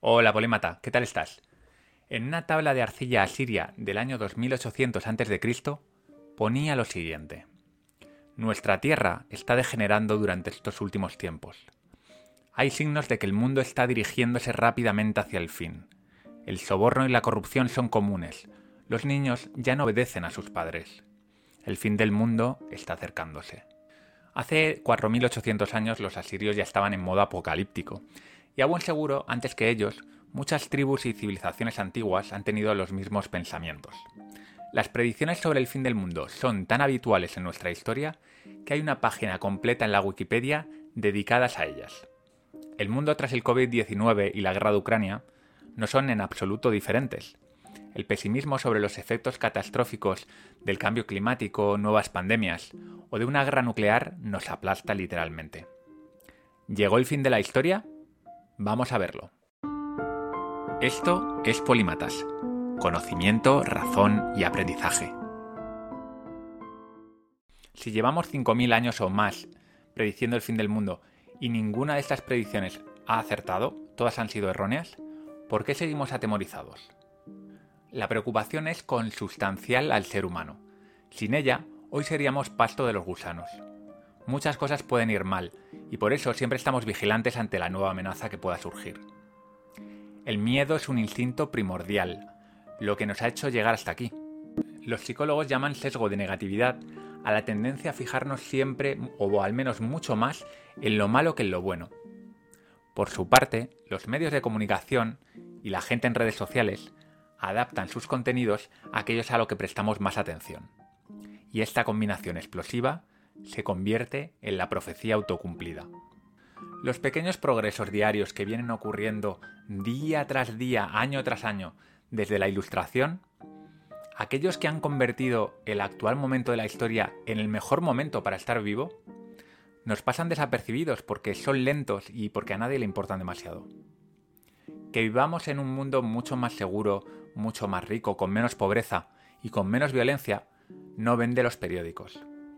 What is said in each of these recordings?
Hola, polímata, ¿qué tal estás? En una tabla de arcilla asiria del año 2800 a.C. ponía lo siguiente. Nuestra Tierra está degenerando durante estos últimos tiempos. Hay signos de que el mundo está dirigiéndose rápidamente hacia el fin. El soborno y la corrupción son comunes. Los niños ya no obedecen a sus padres. El fin del mundo está acercándose. Hace 4800 años los asirios ya estaban en modo apocalíptico, y a buen seguro, antes que ellos, muchas tribus y civilizaciones antiguas han tenido los mismos pensamientos. Las predicciones sobre el fin del mundo son tan habituales en nuestra historia que hay una página completa en la Wikipedia dedicadas a ellas. El mundo tras el COVID-19 y la guerra de Ucrania no son en absoluto diferentes. El pesimismo sobre los efectos catastróficos del cambio climático, nuevas pandemias o de una guerra nuclear nos aplasta literalmente. ¿Llegó el fin de la historia? Vamos a verlo. Esto es Polímatas. Conocimiento, razón y aprendizaje. Si llevamos 5000 años o más prediciendo el fin del mundo y ninguna de estas predicciones ha acertado, todas han sido erróneas, ¿por qué seguimos atemorizados? La preocupación es consustancial al ser humano. Sin ella, hoy seríamos pasto de los gusanos. Muchas cosas pueden ir mal, y por eso siempre estamos vigilantes ante la nueva amenaza que pueda surgir. El miedo es un instinto primordial, lo que nos ha hecho llegar hasta aquí. Los psicólogos llaman sesgo de negatividad a la tendencia a fijarnos siempre, o al menos mucho más, en lo malo que en lo bueno. Por su parte, los medios de comunicación y la gente en redes sociales adaptan sus contenidos a aquellos a lo que prestamos más atención. Y esta combinación explosiva se convierte en la profecía autocumplida. Los pequeños progresos diarios que vienen ocurriendo día tras día, año tras año, desde la Ilustración, aquellos que han convertido el actual momento de la historia en el mejor momento para estar vivo, nos pasan desapercibidos porque son lentos y porque a nadie le importan demasiado. Que vivamos en un mundo mucho más seguro, mucho más rico, con menos pobreza y con menos violencia, no vende los periódicos.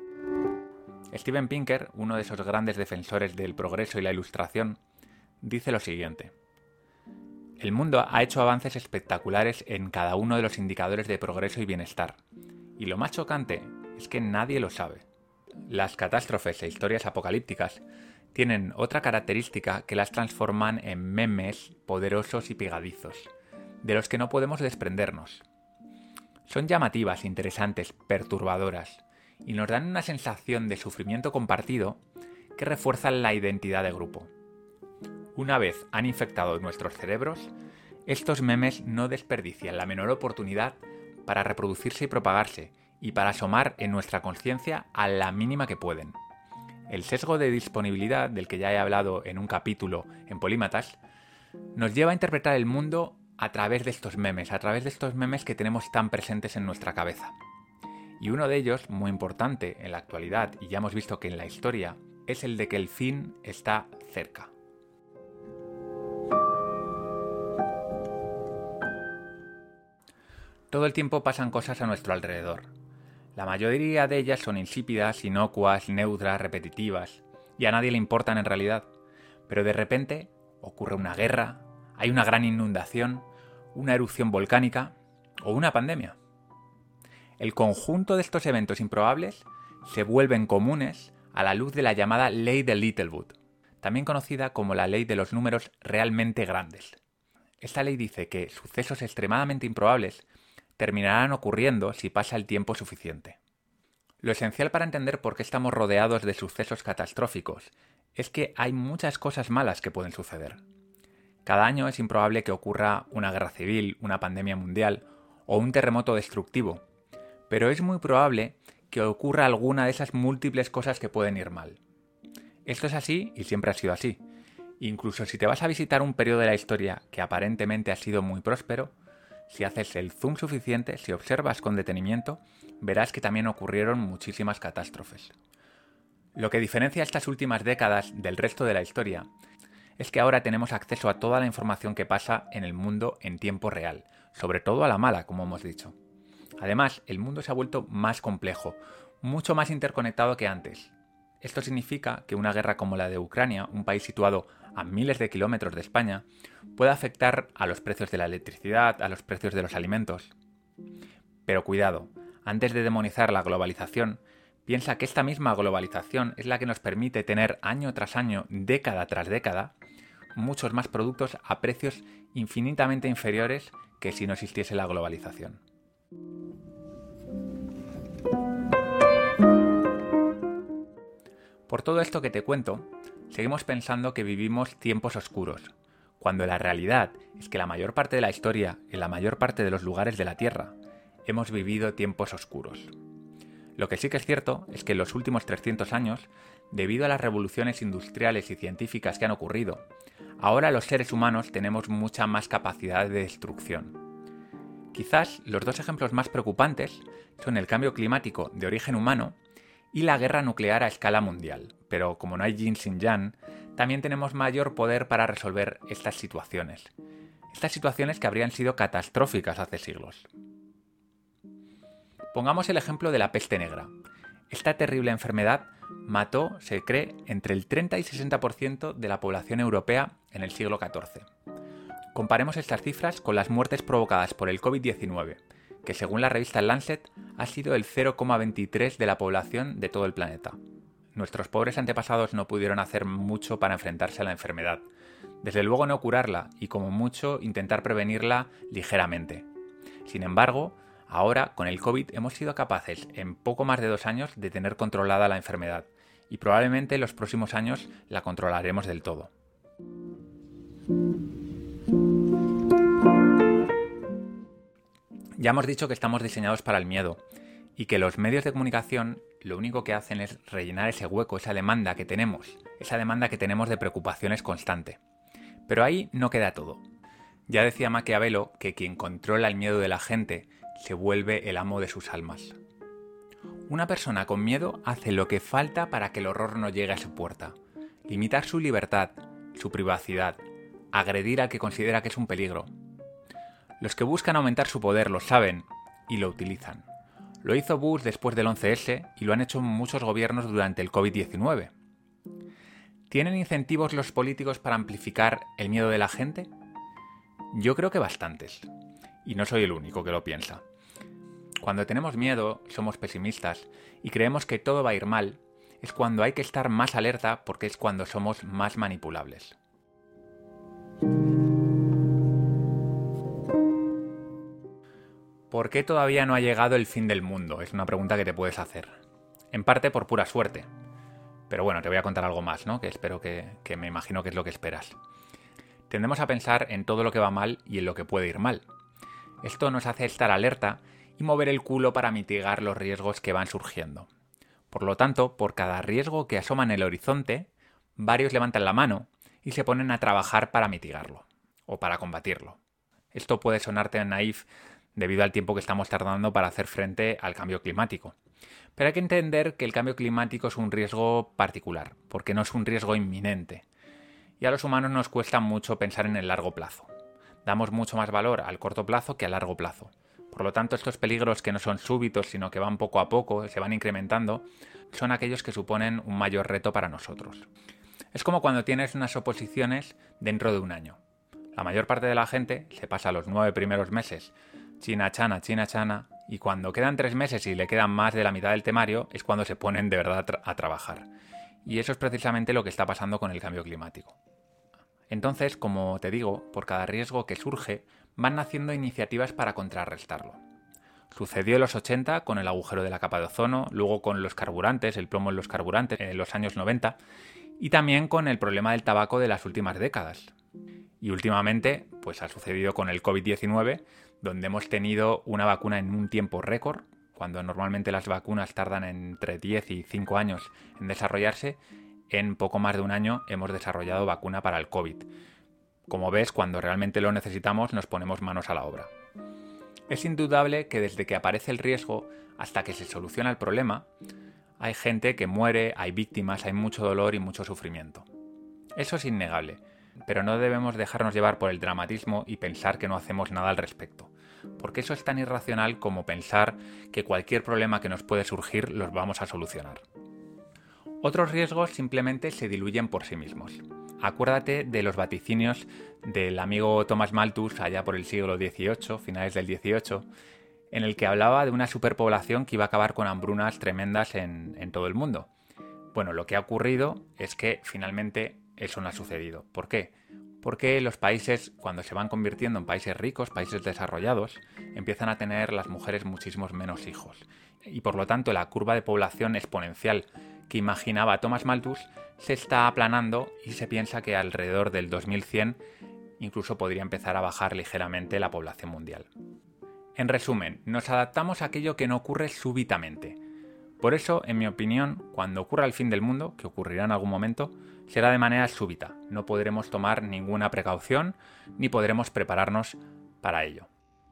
Steven Pinker, uno de esos grandes defensores del progreso y la Ilustración, dice lo siguiente. El mundo ha hecho avances espectaculares en cada uno de los indicadores de progreso y bienestar, y lo más chocante es que nadie lo sabe. Las catástrofes e historias apocalípticas tienen otra característica que las transforman en memes poderosos y pegadizos, de los que no podemos desprendernos. Son llamativas, interesantes, perturbadoras, y nos dan una sensación de sufrimiento compartido que refuerzan la identidad de grupo. Una vez han infectado nuestros cerebros, estos memes no desperdician la menor oportunidad para reproducirse y propagarse, y para asomar en nuestra conciencia a la mínima que pueden. El sesgo de disponibilidad, del que ya he hablado en un capítulo en Polímatas, nos lleva a interpretar el mundo a través de estos memes que tenemos tan presentes en nuestra cabeza. Y uno de ellos, muy importante en la actualidad, y ya hemos visto que en la historia, es el de que el fin está cerca. Todo el tiempo pasan cosas a nuestro alrededor. La mayoría de ellas son insípidas, inocuas, neutras, repetitivas, y a nadie le importan en realidad. Pero de repente ocurre una guerra, hay una gran inundación, una erupción volcánica o una pandemia. El conjunto de estos eventos improbables se vuelven comunes a la luz de la llamada ley de Littlewood, también conocida como la ley de los números realmente grandes. Esta ley dice que sucesos extremadamente improbables terminarán ocurriendo si pasa el tiempo suficiente. Lo esencial para entender por qué estamos rodeados de sucesos catastróficos es que hay muchas cosas malas que pueden suceder. Cada año es improbable que ocurra una guerra civil, una pandemia mundial o un terremoto destructivo, pero es muy probable que ocurra alguna de esas múltiples cosas que pueden ir mal. Esto es así y siempre ha sido así. Incluso si te vas a visitar un periodo de la historia que aparentemente ha sido muy próspero, si haces el zoom suficiente, si observas con detenimiento, verás que también ocurrieron muchísimas catástrofes. Lo que diferencia estas últimas décadas del resto de la historia es que ahora tenemos acceso a toda la información que pasa en el mundo en tiempo real, sobre todo a la mala, como hemos dicho. Además, el mundo se ha vuelto más complejo, mucho más interconectado que antes. Esto significa que una guerra como la de Ucrania, un país situado a miles de kilómetros de España, puede afectar a los precios de la electricidad, a los precios de los alimentos. Pero cuidado, antes de demonizar la globalización, piensa que esta misma globalización es la que nos permite tener año tras año, década tras década, muchos más productos a precios infinitamente inferiores que si no existiese la globalización. Por todo esto que te cuento, seguimos pensando que vivimos tiempos oscuros, cuando la realidad es que la mayor parte de la historia, en la mayor parte de los lugares de la Tierra, hemos vivido tiempos oscuros. Lo que sí que es cierto es que en los últimos 300 años, debido a las revoluciones industriales y científicas que han ocurrido, ahora los seres humanos tenemos mucha más capacidad de destrucción. Quizás los dos ejemplos más preocupantes son el cambio climático de origen humano y la guerra nuclear a escala mundial, pero como no hay yin sin yang, también tenemos mayor poder para resolver estas situaciones que habrían sido catastróficas hace siglos. Pongamos el ejemplo de la peste negra. Esta terrible enfermedad mató, se cree, entre el 30 y 60% de la población europea en el siglo XIV. Comparemos estas cifras con las muertes provocadas por el COVID-19, que según la revista Lancet ha sido el 0,23% de la población de todo el planeta. Nuestros pobres antepasados no pudieron hacer mucho para enfrentarse a la enfermedad. Desde luego no curarla y como mucho intentar prevenirla ligeramente. Sin embargo, ahora con el COVID hemos sido capaces en poco más de 2 años de tener controlada la enfermedad y probablemente en los próximos años la controlaremos del todo. Ya hemos dicho que estamos diseñados para el miedo y que los medios de comunicación lo único que hacen es rellenar ese hueco, esa demanda que tenemos de preocupaciones constante. Pero ahí no queda todo. Ya decía Maquiavelo que quien controla el miedo de la gente se vuelve el amo de sus almas. Una persona con miedo hace lo que falta para que el horror no llegue a su puerta. Limitar su libertad, su privacidad, agredir al que considera que es un peligro. Los que buscan aumentar su poder lo saben y lo utilizan. Lo hizo Bush después del 11S y lo han hecho muchos gobiernos durante el COVID-19. ¿Tienen incentivos los políticos para amplificar el miedo de la gente? Yo creo que bastantes. Y no soy el único que lo piensa. Cuando tenemos miedo, somos pesimistas y creemos que todo va a ir mal, es cuando hay que estar más alerta porque es cuando somos más manipulables. ¿Por qué todavía no ha llegado el fin del mundo? Es una pregunta que te puedes hacer. En parte por pura suerte. Pero bueno, te voy a contar algo más, ¿no? Que espero que me imagino que es lo que esperas. Tendemos a pensar en todo lo que va mal y en lo que puede ir mal. Esto nos hace estar alerta y mover el culo para mitigar los riesgos que van surgiendo. Por lo tanto, por cada riesgo que asoma en el horizonte, varios levantan la mano y se ponen a trabajar para mitigarlo o para combatirlo. Esto puede sonarte naif debido al tiempo que estamos tardando para hacer frente al cambio climático. Pero hay que entender que el cambio climático es un riesgo particular, porque no es un riesgo inminente. Y a los humanos nos cuesta mucho pensar en el largo plazo. Damos mucho más valor al corto plazo que a largo plazo. Por lo tanto, estos peligros que no son súbitos, sino que van poco a poco, se van incrementando, son aquellos que suponen un mayor reto para nosotros. Es como cuando tienes unas oposiciones dentro de un año. La mayor parte de la gente se pasa los 9 primeros meses China, chana, y cuando quedan 3 meses y le quedan más de la mitad del temario es cuando se ponen de verdad a trabajar. Y eso es precisamente lo que está pasando con el cambio climático. Entonces, como te digo, por cada riesgo que surge, van naciendo iniciativas para contrarrestarlo. Sucedió en los 80 con el agujero de la capa de ozono, luego con los carburantes, el plomo en los carburantes en los años 90, y también con el problema del tabaco de las últimas décadas. Y últimamente, pues ha sucedido con el COVID-19, donde hemos tenido una vacuna en un tiempo récord, cuando normalmente las vacunas tardan entre 10 y 5 años en desarrollarse, en poco más de un año hemos desarrollado vacuna para el COVID. Como ves, cuando realmente lo necesitamos nos ponemos manos a la obra. Es indudable que desde que aparece el riesgo hasta que se soluciona el problema, hay gente que muere, hay víctimas, hay mucho dolor y mucho sufrimiento. Eso es innegable, pero no debemos dejarnos llevar por el dramatismo y pensar que no hacemos nada al respecto, porque eso es tan irracional como pensar que cualquier problema que nos puede surgir los vamos a solucionar. Otros riesgos simplemente se diluyen por sí mismos. Acuérdate de los vaticinios del amigo Thomas Malthus allá por el siglo XVIII, finales del XVIII, en el que hablaba de una superpoblación que iba a acabar con hambrunas tremendas en todo el mundo. Bueno, lo que ha ocurrido es que finalmente eso no ha sucedido. ¿Por qué? Porque los países, cuando se van convirtiendo en países ricos, países desarrollados, empiezan a tener las mujeres muchísimos menos hijos. Y por lo tanto la curva de población exponencial que imaginaba Thomas Malthus se está aplanando y se piensa que alrededor del 2100 incluso podría empezar a bajar ligeramente la población mundial. En resumen, nos adaptamos a aquello que no ocurre súbitamente. Por eso, en mi opinión, cuando ocurra el fin del mundo, que ocurrirá en algún momento, será de manera súbita. No podremos tomar ninguna precaución ni podremos prepararnos para ello.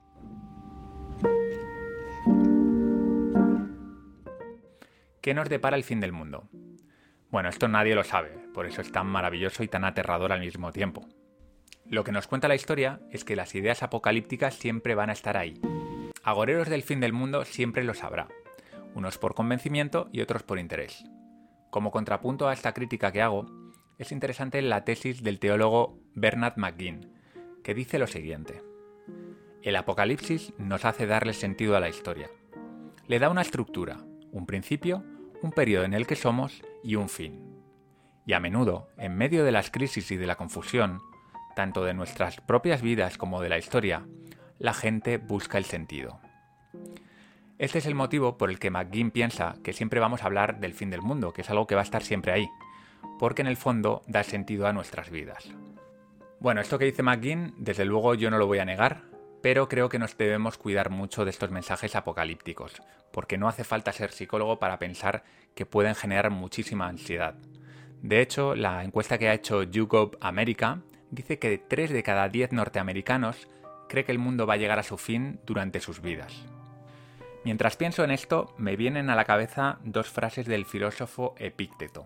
¿Qué nos depara el fin del mundo? Bueno, esto nadie lo sabe, por eso es tan maravilloso y tan aterrador al mismo tiempo. Lo que nos cuenta la historia es que las ideas apocalípticas siempre van a estar ahí. Agoreros del fin del mundo siempre los habrá, unos por convencimiento y otros por interés. Como contrapunto a esta crítica que hago, es interesante la tesis del teólogo Bernard McGinn, que dice lo siguiente: el apocalipsis nos hace darle sentido a la historia. Le da una estructura, un principio, un periodo en el que somos y un fin. Y a menudo, en medio de las crisis y de la confusión, tanto de nuestras propias vidas como de la historia, la gente busca el sentido. Este es el motivo por el que McGinn piensa que siempre vamos a hablar del fin del mundo, que es algo que va a estar siempre ahí, porque en el fondo da sentido a nuestras vidas. Bueno, esto que dice McGinn, desde luego yo no lo voy a negar, pero creo que nos debemos cuidar mucho de estos mensajes apocalípticos, porque no hace falta ser psicólogo para pensar que pueden generar muchísima ansiedad. De hecho, la encuesta que ha hecho YouGov America dice que 3 de cada 10 norteamericanos cree que el mundo va a llegar a su fin durante sus vidas. Mientras pienso en esto, me vienen a la cabeza 2 frases del filósofo Epícteto.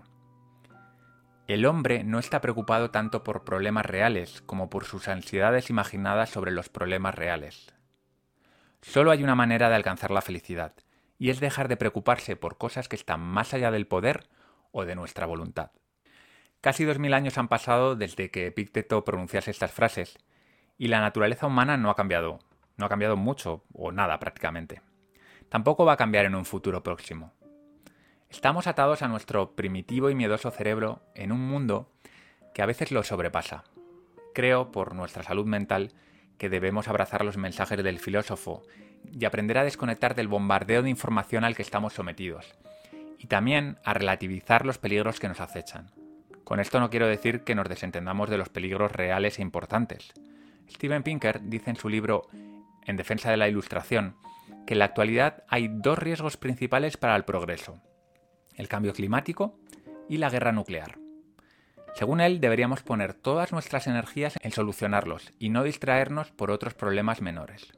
El hombre no está preocupado tanto por problemas reales como por sus ansiedades imaginadas sobre los problemas reales. Solo hay una manera de alcanzar la felicidad, y es dejar de preocuparse por cosas que están más allá del poder o de nuestra voluntad. Casi 2000 años han pasado desde que Epícteto pronunciase estas frases, y la naturaleza humana no ha cambiado mucho o nada prácticamente. Tampoco va a cambiar en un futuro próximo. Estamos atados a nuestro primitivo y miedoso cerebro en un mundo que a veces lo sobrepasa. Creo, por nuestra salud mental, que debemos abrazar los mensajes del filósofo y aprender a desconectar del bombardeo de información al que estamos sometidos, y también a relativizar los peligros que nos acechan. Con esto no quiero decir que nos desentendamos de los peligros reales e importantes. Steven Pinker dice en su libro En defensa de la ilustración que en la actualidad hay 2 riesgos principales para el progreso: el cambio climático y la guerra nuclear. Según él, deberíamos poner todas nuestras energías en solucionarlos y no distraernos por otros problemas menores.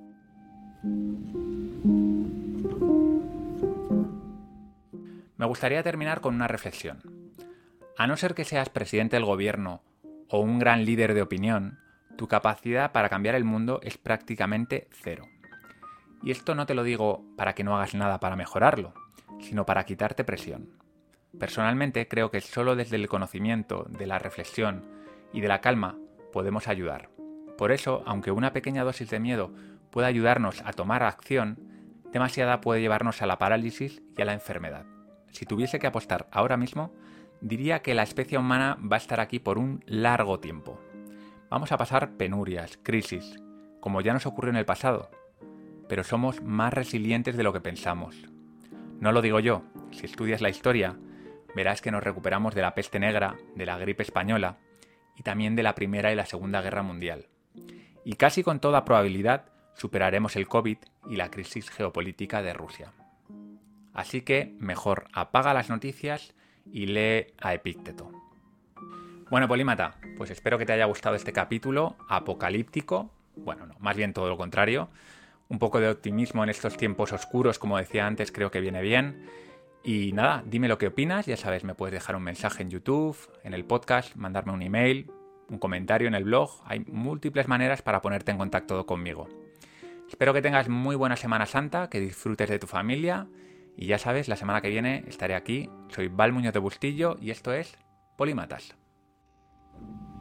Me gustaría terminar con una reflexión. A no ser que seas presidente del gobierno o un gran líder de opinión, tu capacidad para cambiar el mundo es prácticamente cero. Y esto no te lo digo para que no hagas nada para mejorarlo, sino para quitarte presión. Personalmente creo que solo desde el conocimiento, de la reflexión y de la calma podemos ayudar. Por eso, aunque una pequeña dosis de miedo pueda ayudarnos a tomar acción, demasiada puede llevarnos a la parálisis y a la enfermedad. Si tuviese que apostar ahora mismo, diría que la especie humana va a estar aquí por un largo tiempo. Vamos a pasar penurias, crisis, como ya nos ocurrió en el pasado, pero somos más resilientes de lo que pensamos. No lo digo yo, si estudias la historia, verás que nos recuperamos de la peste negra, de la gripe española y también de la Primera y la Segunda Guerra Mundial. Y casi con toda probabilidad superaremos el COVID y la crisis geopolítica de Rusia. Así que mejor apaga las noticias y lee a Epícteto. Bueno, polímata, pues espero que te haya gustado este capítulo apocalíptico. Bueno, no, más bien todo lo contrario. Un poco de optimismo en estos tiempos oscuros, como decía antes, creo que viene bien. Y nada, dime lo que opinas, ya sabes, me puedes dejar un mensaje en YouTube, en el podcast, mandarme un email, un comentario en el blog. Hay múltiples maneras para ponerte en contacto conmigo. Espero que tengas muy buena Semana Santa, que disfrutes de tu familia Y ya sabes, la semana que viene estaré aquí. Soy Val Muñoz de Bustillo y esto es Polímatas.